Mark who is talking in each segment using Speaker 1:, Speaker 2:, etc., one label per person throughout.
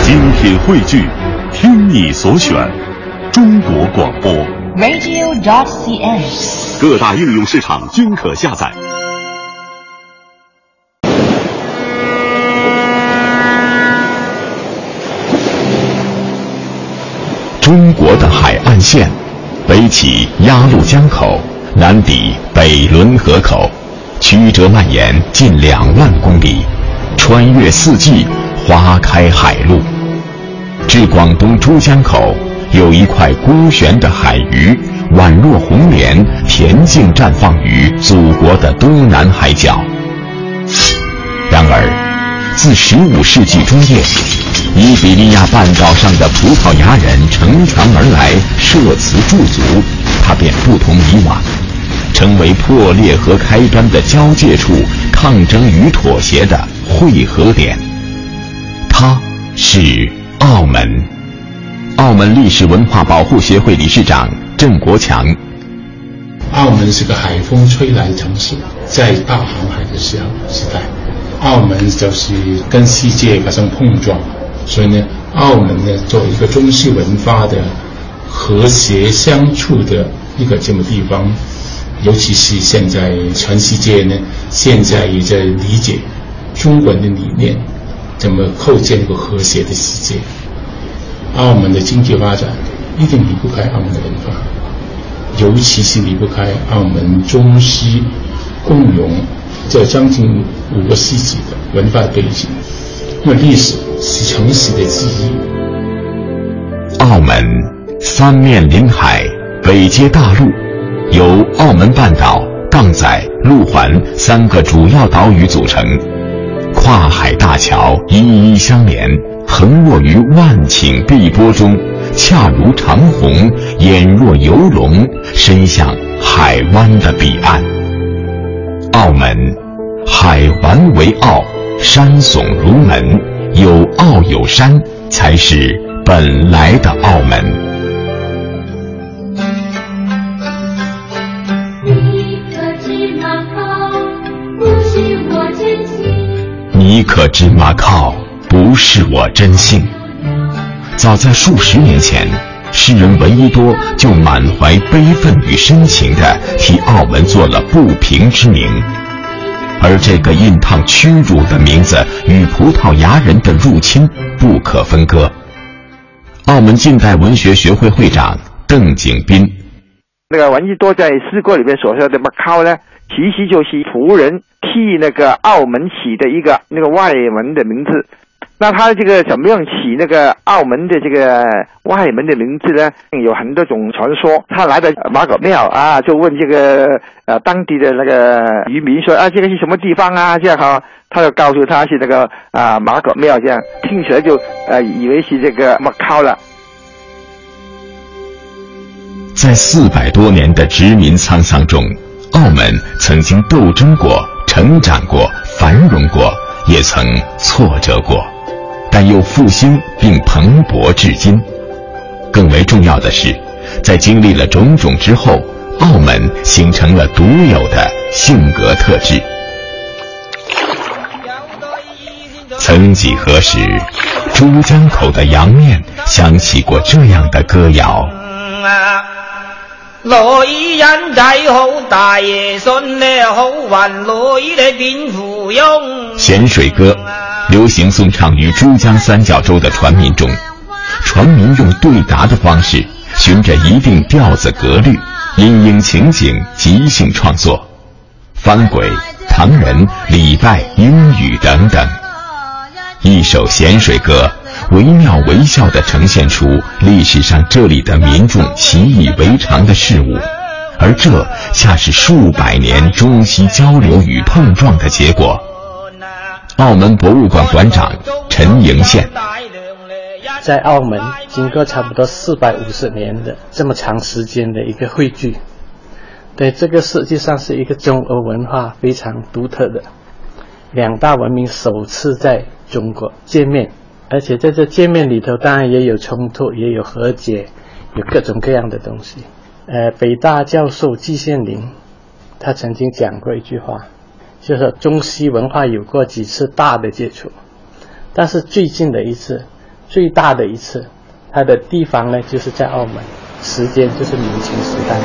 Speaker 1: 精品汇聚，听你所选，中国广播
Speaker 2: radio.cn，
Speaker 1: 各大应用市场均可下载。中国的海岸线，北起鸭绿江口，南抵北仑河口，曲折蔓延近2万公里，穿越四季，花开海陆。至广东珠江口，有一块孤悬的海域，宛若红莲，恬静绽放于祖国的东南海角。然而，自15世纪中叶，伊比利亚半岛上的葡萄牙人乘船而来，设此驻足，它便不同以往，成为破裂和开端的交界处，抗争与妥协的汇合点。它是澳门。澳门历史文化保护协会理事长郑国强。
Speaker 3: 澳门是个海风吹来的城市，在大航海的时代，澳门就是跟世界发生碰撞，所以呢，澳门呢作为一个中西文化的和谐相处的一个这么地方，尤其是现在全世界呢，现在也在理解中国的理念，怎么构建一个和谐的世界。澳门的经济发展一定离不开澳门的文化，尤其是离不开澳门中西共融这将近5个世纪的文化背景，因为历史是城市的记忆。
Speaker 1: 澳门三面临海，北接大陆，由澳门半岛、港仔、路环3个主要岛屿组成，跨海大桥一一相连，横卧于万顷碧波中，恰如长虹，俨若游龙，伸向海湾的彼岸。澳门海环为澳，山耸如门，有澳有山，才是本来的澳门。你可知马靠不是我真心。早在数十年前，诗人闻一多就满怀悲愤与深情地替澳门做了不平之名，而这个印烫屈辱的名字与葡萄牙人的入侵不可分割。澳门近代文学学会会长邓景斌，
Speaker 4: 那个闻一多在诗歌里面所说的马靠呢，其实就是仆人替那个澳门起的一个那个外门的名字。那他这个怎么样起那个澳门的这个外门的名字呢？有很多种传说。他来到马狗庙啊，就问这个当地的那个渔民说啊，这个是什么地方啊？这样哈，他就告诉他是那个马狗庙，这样听起来就以为是这个马靠了。
Speaker 1: 在400多年的殖民沧桑中，澳门曾经斗争过，成长过，繁荣过，也曾挫折过，但又复兴并蓬勃至今。更为重要的是，在经历了种种之后，澳门形成了独有的性格特质。曾几何时，珠江口的洋面响起过这样的歌谣：
Speaker 5: 女人仔好大爺信咧好運女咧變芙蓉。
Speaker 1: 咸水歌流行颂唱于珠江三角洲的船民中，船民用对答的方式，循着一定调子格律，因应情景即兴创作，番鬼、唐人、礼拜、英语等等。一首咸水歌惟妙惟肖地呈现出历史上这里的民众习以为常的事物，而这恰是数百年中西交流与碰撞的结果。澳门博物馆馆长陈营宪，
Speaker 6: 在澳门经过差不多450年的这么长时间的一个汇聚，对，这个实际上是一个中欧文化非常独特的2大文明首次在中国见面，而且在这见面里头当然也有冲突，也有和解，有各种各样的东西。北大教授季羡林他曾经讲过一句话，就是说中西文化有过几次大的接触，但是最近的一次最大的一次，它的地方呢就是在澳门，时间就是明清时代。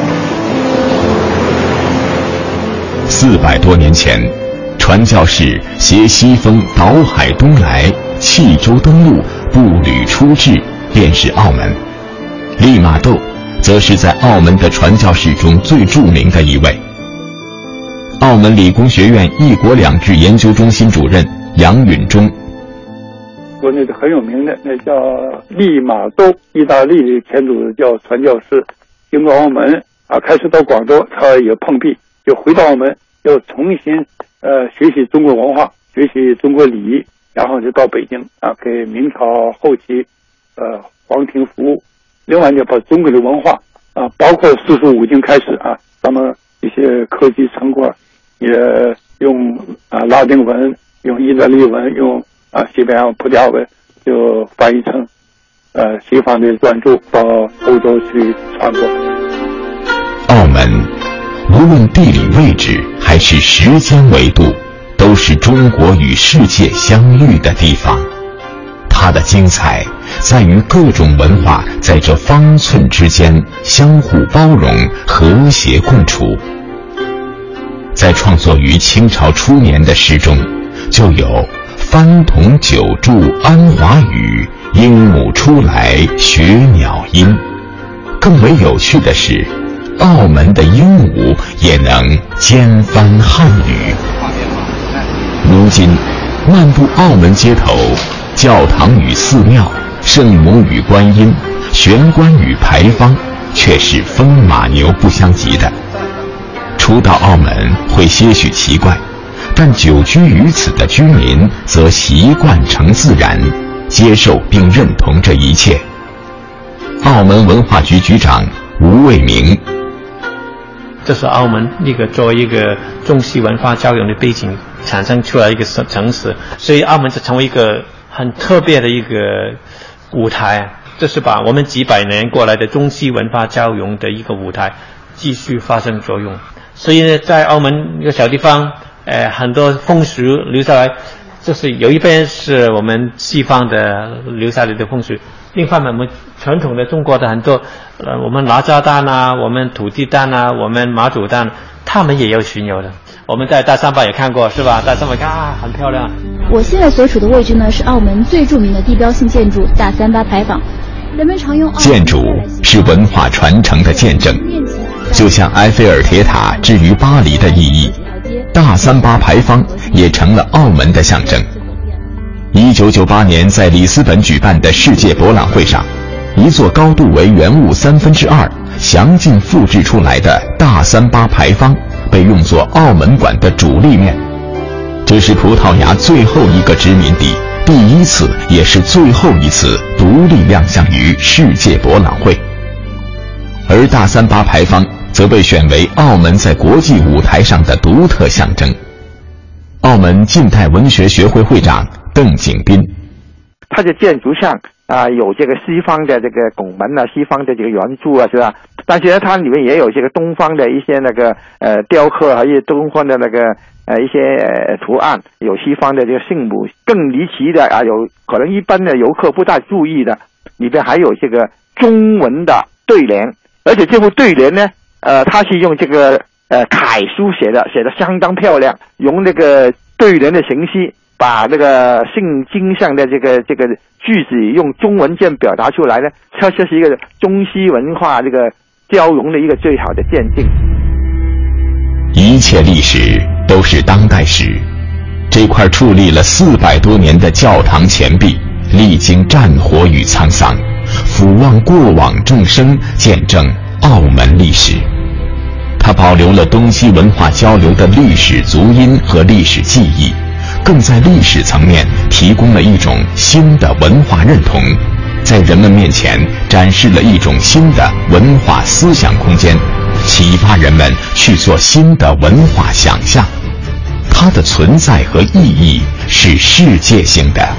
Speaker 1: 400多年前，传教士携西风倒海东来，弃舟登陆，步履出至，便是澳门。利玛窦则是在澳门的传教士中最著名的一位。澳门理工学院一国两制研究中心主任杨允中，
Speaker 7: 国内的很有名的那叫利玛窦，意大利天主教传教士，经过澳门开始到广州，他也碰壁，就回到澳门，又重新学习中国文化，学习中国礼仪，然后就到北京给明朝后期皇庭服务。另外呢，把中国的文化包括四书五经开始咱们一些科技成果也用拉丁文，用意大利文，用西班牙葡萄牙文，就翻译成西方的专著到欧洲去传播。
Speaker 1: 澳门无论地理位置还是时间维度，都是中国与世界相遇的地方。它的精彩在于各种文化在这方寸之间相互包容，和谐共处。在创作于清朝初年的诗中，就有番童久住安华语，鹦鹉出来学鸟音。更为有趣的是，澳门的鹦鹉也能兼翻汉语。如今漫步澳门街头，教堂与寺庙，圣母与观音，玄关与牌坊，却是风马牛不相及的。初到澳门会些许奇怪，但久居于此的居民则习惯成自然，接受并认同这一切。澳门文化局局长吴卫明，
Speaker 8: 这是澳门作为一个中西文化交融的背景产生出来一个城市，所以澳门就成为一个很特别的一个舞台，这是把我们几百年过来的中西文化交融的一个舞台继续发生作用。所以呢，在澳门一个小地方，很多风俗留下来，就是有一边是我们西方的留下来的风俗，另一方面我们传统的中国的很多，我们哪吒诞我们土地诞我们妈祖诞，他们也有巡游的。我们在大三巴也看过，是吧？大三巴看很漂亮。
Speaker 9: 我现在所处的位置呢，是澳门最著名的地标性建筑大三巴牌坊。人们常用
Speaker 1: 建筑是文化传承的见证，就像埃菲尔铁塔至于巴黎的意义，大三巴牌坊也成了澳门的象征。1998年在里斯本举办的世界博览会上，一座高度为原物2/3，详尽复制出来的大三巴牌坊被用作澳门馆的主立面。这是葡萄牙最后一个殖民地，第一次也是最后一次独立亮相于世界博览会。而大三巴牌坊则被选为澳门在国际舞台上的独特象征。澳门近代文学学会会长邓景斌，
Speaker 4: 它的建筑上有这个西方的这个拱门西方的这个圆柱是吧？但是呢，它里面也有这个东方的一些雕刻，还有东方的一些图案，有西方的这个圣母。更离奇的有可能一般的游客不大注意的，里边还有这个中文的对联，而且这副对联呢，它是用这个楷书写的相当漂亮，用那个对联的形式，把那个圣经上的这个句子用中文这样表达出来呢，这是一个中西文化这个交融的一个最好的见证。
Speaker 1: 一切历史都是当代史，这块矗立了400多年的教堂前壁，历经战火与沧桑，俯望过往众生，见证澳门历史。它保留了东西文化交流的历史足音和历史记忆，更在历史层面提供了一种新的文化认同，在人们面前展示了一种新的文化思想空间，启发人们去做新的文化想象。它的存在和意义是世界性的。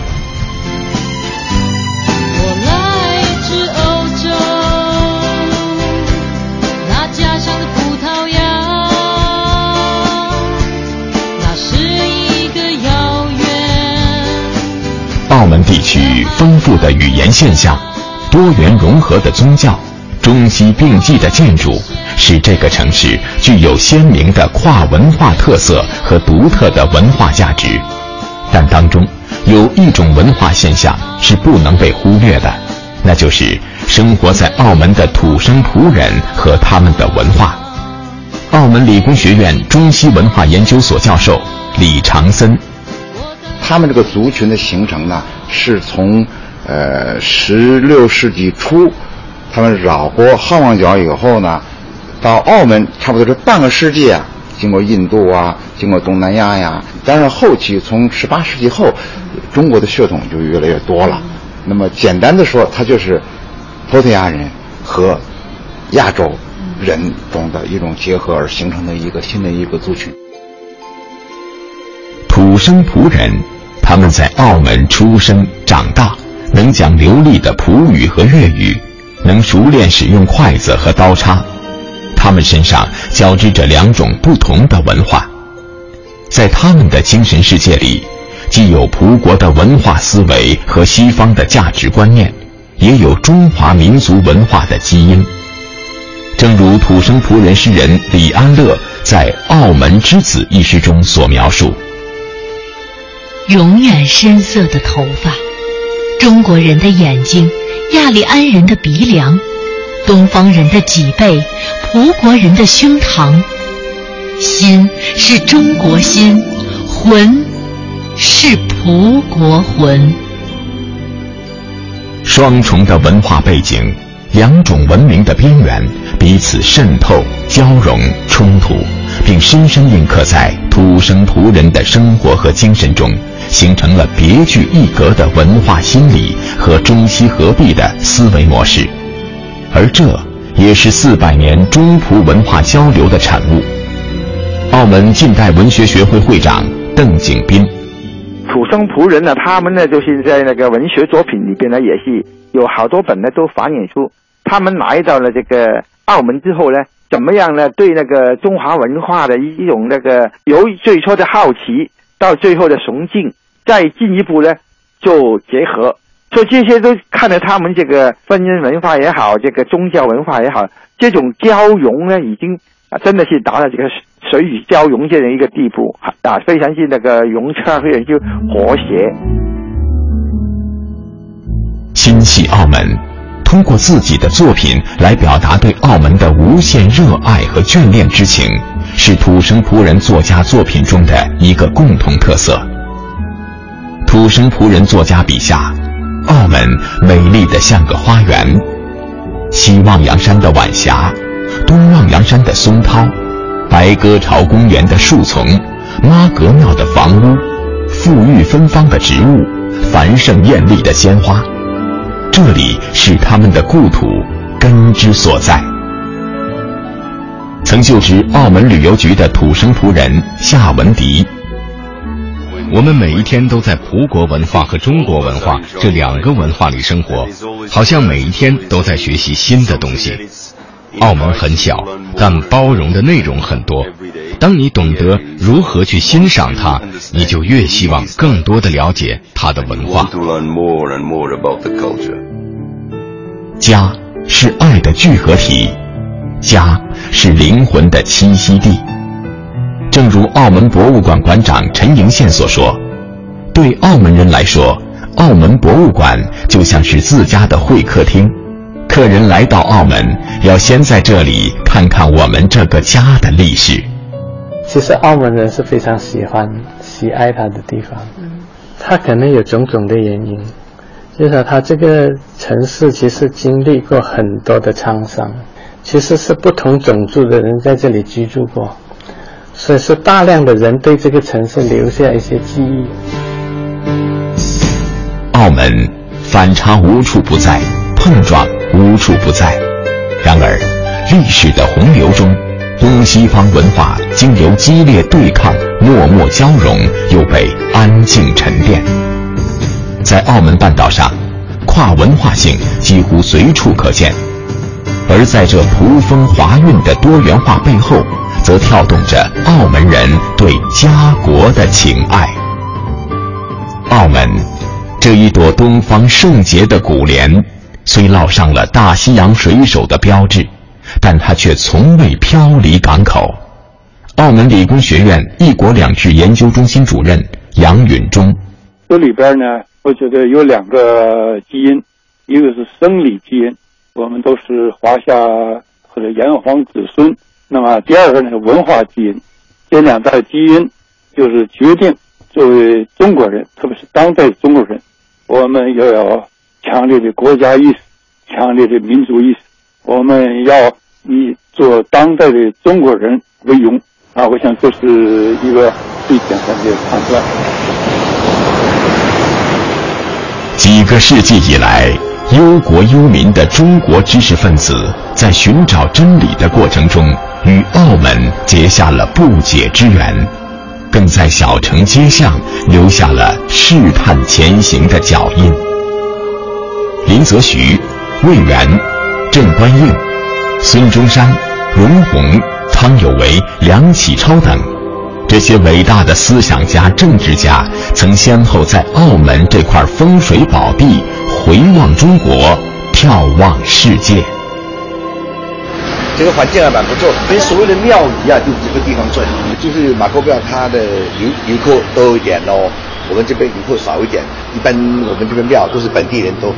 Speaker 1: 澳门地区丰富的语言现象，多元融合的宗教，中西并济的建筑，使这个城市具有鲜明的跨文化特色和独特的文化价值。但当中有一种文化现象是不能被忽略的，那就是生活在澳门的土生葡人和他们的文化。澳门理工学院中西文化研究所教授李长森，
Speaker 10: 他们这个族群的形成呢，是从16世纪初，他们绕过好望角以后呢，到澳门差不多是半个世纪啊，经过印度啊，经过东南亚呀，但是后期从18世纪后，中国的血统就越来越多了。那么简单的说，它就是葡萄牙人和亚洲人中的一种结合而形成的一个新的一个族群。
Speaker 1: 土生葡人，他们在澳门出生长大，能讲流利的葡语和粤语，能熟练使用筷子和刀叉。他们身上交织着两种不同的文化，在他们的精神世界里，既有葡国的文化思维和西方的价值观念，也有中华民族文化的基因。正如土生葡人诗人李安乐在《澳门之子》一诗中所描述：
Speaker 11: 永远深色的头发，中国人的眼睛，亚利安人的鼻梁，东方人的脊背，葡国人的胸膛。心是中国心，魂是葡国魂。
Speaker 1: 双重的文化背景，两种文明的边缘彼此渗透、交融、冲突，并深深印刻在土生葡人的生活和精神中，形成了别具一格的文化心理和中西合璧的思维模式。而这也是400年中葡文化交流的产物。澳门近代文学学会会长邓景斌，
Speaker 4: 土生葡人呢，他们呢就是在那个文学作品里边呢，也是有好多本呢都反映出他们来到了这个澳门之后呢，怎么样呢对那个中华文化的一种那个由最初的好奇到最后的崇敬，再进一步呢就结合，所以这些都看得他们这个婚姻文化也好，这个宗教文化也好，这种交融呢已经真的是达到这个水与交融这样一个地步啊，非常是那个融洽，非常就和谐。
Speaker 1: 心系澳门，通过自己的作品来表达对澳门的无限热爱和眷恋之情，是土生葡人作家作品中的一个共同特色。土生葡人作家笔下，澳门美丽得像个花园，西望洋山的晚霞，东望洋山的松涛，白鸽巢公园的树丛，妈阁庙的房屋，馥郁芬芳的植物，繁盛艳丽的鲜花，这里是他们的故土，根之所在。曾就职澳门旅游局的土生葡人夏文迪，
Speaker 12: 我们每一天都在葡国文化和中国文化这两个文化里生活，好像每一天都在学习新的东西。澳门很小，但包容的内容很多。当你懂得如何去欣赏它，你就越希望更多的了解它的文化。
Speaker 1: 家是爱的聚合体，家是灵魂的栖息地。正如澳门博物馆馆长陈迎宪所说，对澳门人来说，澳门博物馆就像是自家的会客厅，客人来到澳门，要先在这里看看我们这个家的历史。
Speaker 6: 其实澳门人是非常喜爱他的地方，他可能有种种的原因，就是他这个城市其实经历过很多的沧桑，其实是不同种族的人在这里居住过，所以是大量的人对这个城市留下一些记忆。
Speaker 1: 澳门反差无处不在，碰撞无处不在，然而历史的洪流中，东西方文化经由激烈对抗默默交融，又被安静沉淀。在澳门半岛上，跨文化性几乎随处可见，而在这葡风华韵的多元化背后，则跳动着澳门人对家国的情爱。澳门，这这一朵东方圣洁的古莲，虽烙上了大西洋水手的标志，但它却从未飘离港口。澳门理工学院一国两制研究中心主任杨允中，
Speaker 7: 这里边呢，我觉得有2个基因，一个是生理基因，我们都是华夏或者炎黄子孙。那么第2个呢，文化基因。这2大基因就是决定作为中国人，特别是当代中国人，我们要有强烈的国家意识，强烈的民族意识，我们要以做当代的中国人为荣啊！我想这是一个最简单的判断。
Speaker 1: 几个世纪以来，忧国忧民的中国知识分子在寻找真理的过程中，与澳门结下了不解之缘，更在小城街巷留下了试探前行的脚印。林则徐、魏源、郑观应、孙中山、容闳、汤有为、梁启超等这些伟大的思想家、政治家，曾先后在澳门这块风水宝地回望中国，眺望世界。
Speaker 13: 这个环境还蛮不错，跟所谓的庙宇啊，就是这个地方做，就是马沟庙它的游客多一点咯，我们这边游客少一点，一般我们这边庙都是本地人多。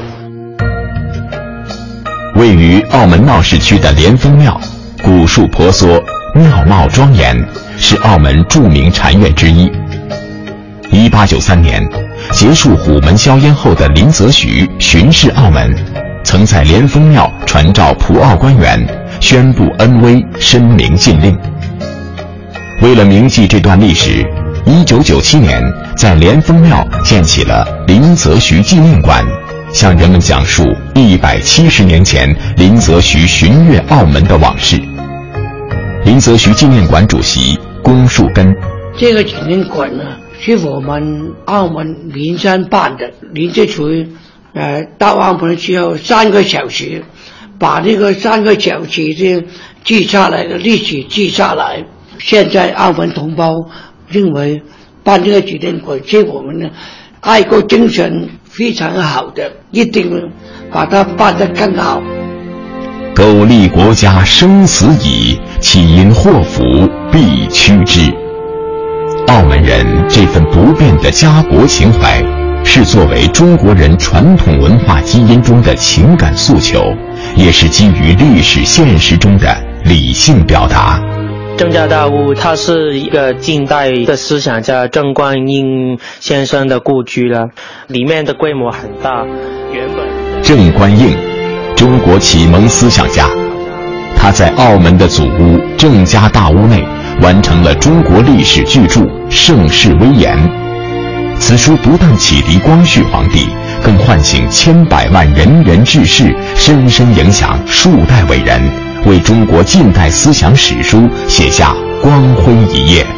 Speaker 1: 位于澳门闹市区的莲峰庙，古树婆娑，庙貌庄严，是澳门著名禅院之一。1893年，结束虎门销烟后的林则徐巡视澳门，曾在莲峰庙传召葡澳官员，宣布恩威，申明禁令。为了铭记这段历史，1997年在莲峰庙建起了林则徐纪念馆，向人们讲述170年前林则徐巡阅澳门的往事。林则徐纪念馆主席龚树根，
Speaker 14: 这个纪念馆呢，是我们澳门林山办的。林则徐到澳门之后3个小时，把这个3个小时的记下来的历史记下来。现在澳门同胞认为办这个纪念馆是我们的爱国精神非常好的，一定把它办得更好。
Speaker 1: 苟利国家生死以，岂因祸福必趋之。澳门人这份不变的家国情怀，是作为中国人传统文化基因中的情感诉求，也是基于历史现实中的理性表达。
Speaker 15: 郑家大屋，它是一个近代的思想家郑观应先生的故居了，里面的规模很大。原本
Speaker 1: 郑观应，中国启蒙思想家，他在澳门的祖屋郑家大屋内完成了中国历史巨著《盛世威严》。此书不但启迪光绪皇帝，更唤醒千百万仁人志士，深深影响数代伟人，为中国近代思想史书写下光辉一页。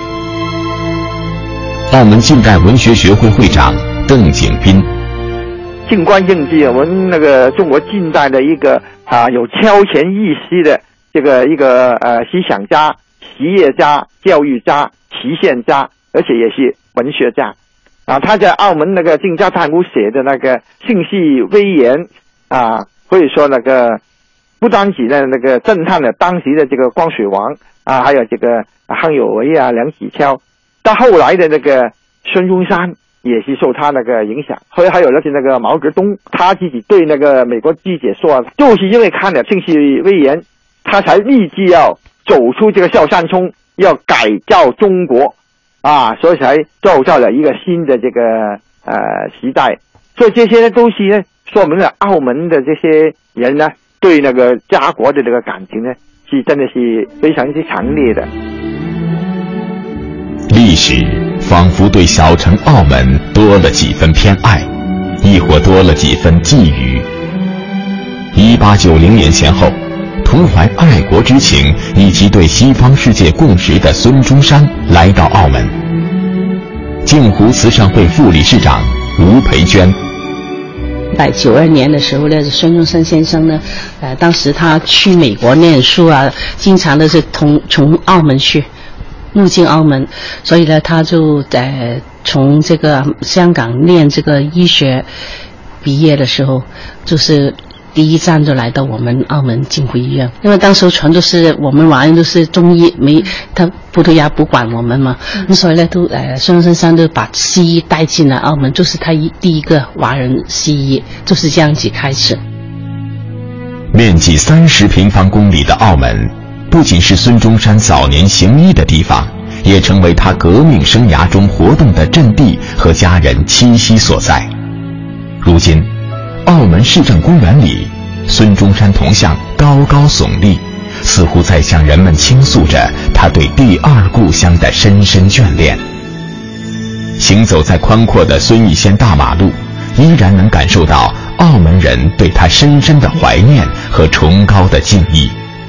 Speaker 1: 澳门近代文学学会会长邓景斌，
Speaker 4: 静观应是我们那个中国近代的一个有超前意识的这个一个思想家、实业家、教育家、实现家，而且也是文学家。他在澳门那个郑家大屋写的那个《盛世威严》可以说那个不单只呢那个震撼了当时的这个光绪王还有这个康有为梁启超，到后来的那个孙中山也是受他那个影响，还有那个毛泽东，他自己对那个美国记者说，就是因为看了《盛世威严》，他才立志要走出这个笑山冲，要改造中国所以才造就了一个新的这个时代。所以这些呢都是呢说明了澳门的这些人呢对那个家国的这个感情呢是真的是非常之强烈的。
Speaker 1: 历史仿佛对小城澳门多了几分偏爱，亦或多了几分觊觎。1890年前后，同怀爱国之情以及对西方世界共识的孙中山来到澳门。镜湖慈善会副理事长吴培娟
Speaker 16: ，192年的时候呢，孙中山先生呢，当时他去美国念书经常的是从澳门去， 入境澳门，所以呢，他就从这个香港念这个医学毕业的时候，就是第一站就来到我们澳门金湖医院，因为当时全都是我们华人都是中医，他葡萄牙不管我们嘛，所以呢都孙中山就把西医带进来澳门，就是他第一个华人西医，就是这样子开始。
Speaker 1: 面积30平方公里的澳门，不仅是孙中山早年行医的地方，也成为他革命生涯中活动的阵地和家人栖息所在。如今，澳门市政公园里，孙中山铜像高高耸立，似乎在向人们倾诉着他对第二故乡的深深眷恋。行走在宽阔的孙逸仙大马路，依然能感受到澳门人对他深深的怀念和崇高的敬意。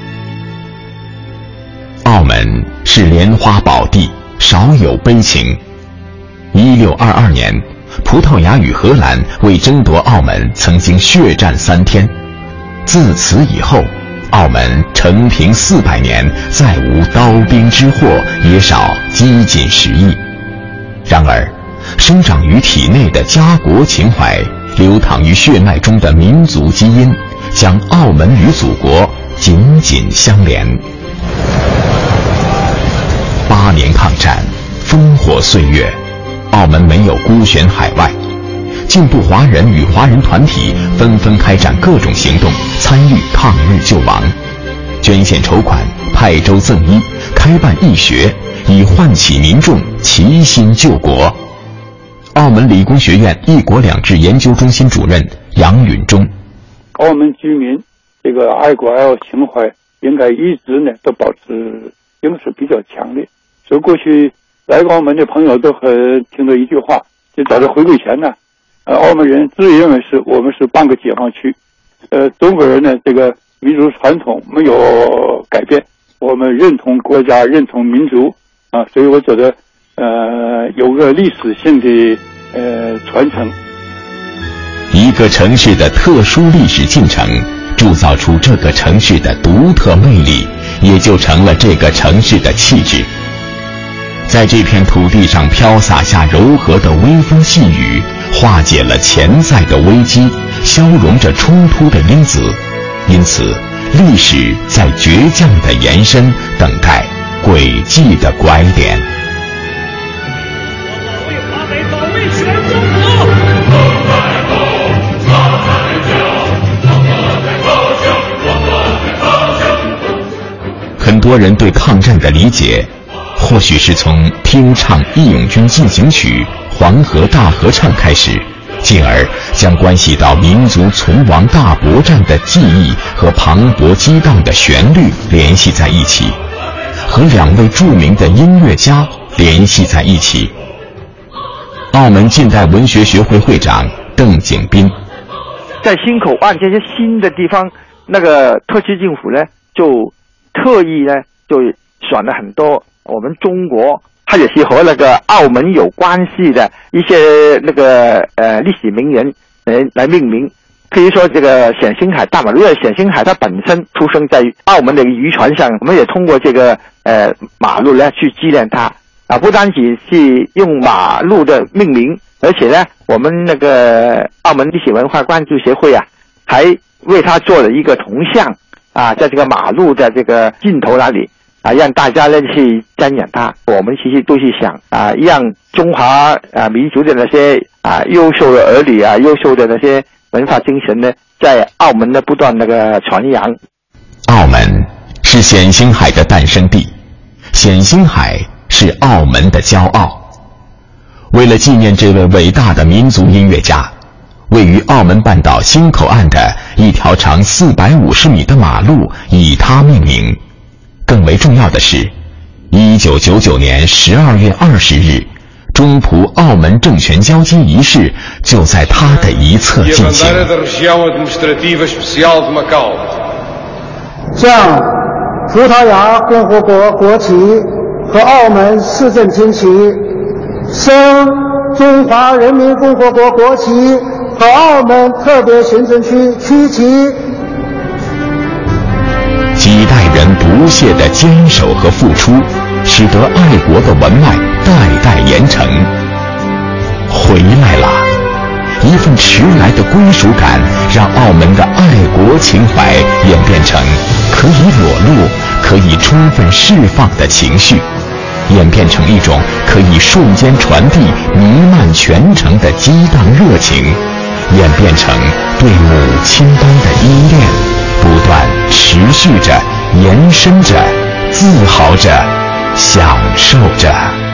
Speaker 1: 澳门是莲花宝地，少有悲情。1622年，葡萄牙与荷兰为争夺澳门曾经血战3天。自此以后，澳门承平400年，再无刀兵之祸，也少饥馑食疫。然而，生长于体内的家国情怀，流淌于血脉中的民族基因，将澳门与祖国紧紧相连。8年抗战，烽火岁月，澳门没有孤悬海外，进步华人与华人团体纷纷开展各种行动，参与抗日救亡，捐献筹款，派舟赠医，开办义学，以唤起民众齐心救国。澳门理工学院一国两制研究中心主任杨允中：
Speaker 7: 澳门居民这个爱国爱澳情怀应该一直呢都保持，应是比较强烈。所以过去来澳门的朋友都很听到一句话，就早在回归前呢，澳门人自认为是我们是半个解放区，中国人呢这个民族传统没有改变，我们认同国家，认同民族啊，所以我觉得有个历史性的传承。
Speaker 1: 一个城市的特殊历史进程，铸造出这个城市的独特魅力，也就成了这个城市的气质。在这片土地上飘洒下柔和的微风细雨，化解了潜在的危机，消融着冲突的因子。因此，历史在倔强的延伸，等待轨迹的拐点。很多人对抗战的理解，或许是从听唱《义勇军进行曲》《黄河大合唱》开始，进而将关系到民族存亡大搏战的记忆和磅礴激荡的旋律联系在一起，和2位著名的音乐家联系在一起。澳门近代文学学会会长邓景斌：
Speaker 4: 在新口岸这些新的地方，那个特区政府呢，就特意呢就选了很多我们中国，它也是和那个澳门有关系的一些那个历史名人来命名。比如说这个冼星海大马路，因为冼星海他本身出生在澳门的渔船上，我们也通过这个马路呢去纪念他啊，不单只是用马路的命名，而且呢我们那个澳门历史文化关注协会啊，还为他做了一个铜像啊，在这个马路的这个尽头那里啊，让大家呢去瞻仰他。我们其实都是想啊，让中华民族的那些优秀的儿女啊，优秀的那些文化精神呢，在澳门呢不断那个传扬。
Speaker 1: 澳门是冼星海的诞生地，冼星海是澳门的骄傲。为了纪念这位伟大的民族音乐家，位于澳门半岛新口岸的一条长450米的马路以他命名。更为重要的是，1999年12月20日，中葡澳门政权交接仪式就在他的一侧进行。
Speaker 17: 向葡萄牙共和国国旗和澳门市政厅旗升中华人民共和国国旗和澳门特别行政区区旗。
Speaker 1: 几代人不懈的坚守和付出， 使得爱国的文脉代代延承。回来了，一份迟来的归属感，让澳门的爱国情怀演变成可以裸露、可以充分释放的情绪，演变成一种可以瞬间传递、弥漫全城的激荡热情，演变成对母亲般的依恋，不断持续着、延伸着、自豪着、享受着。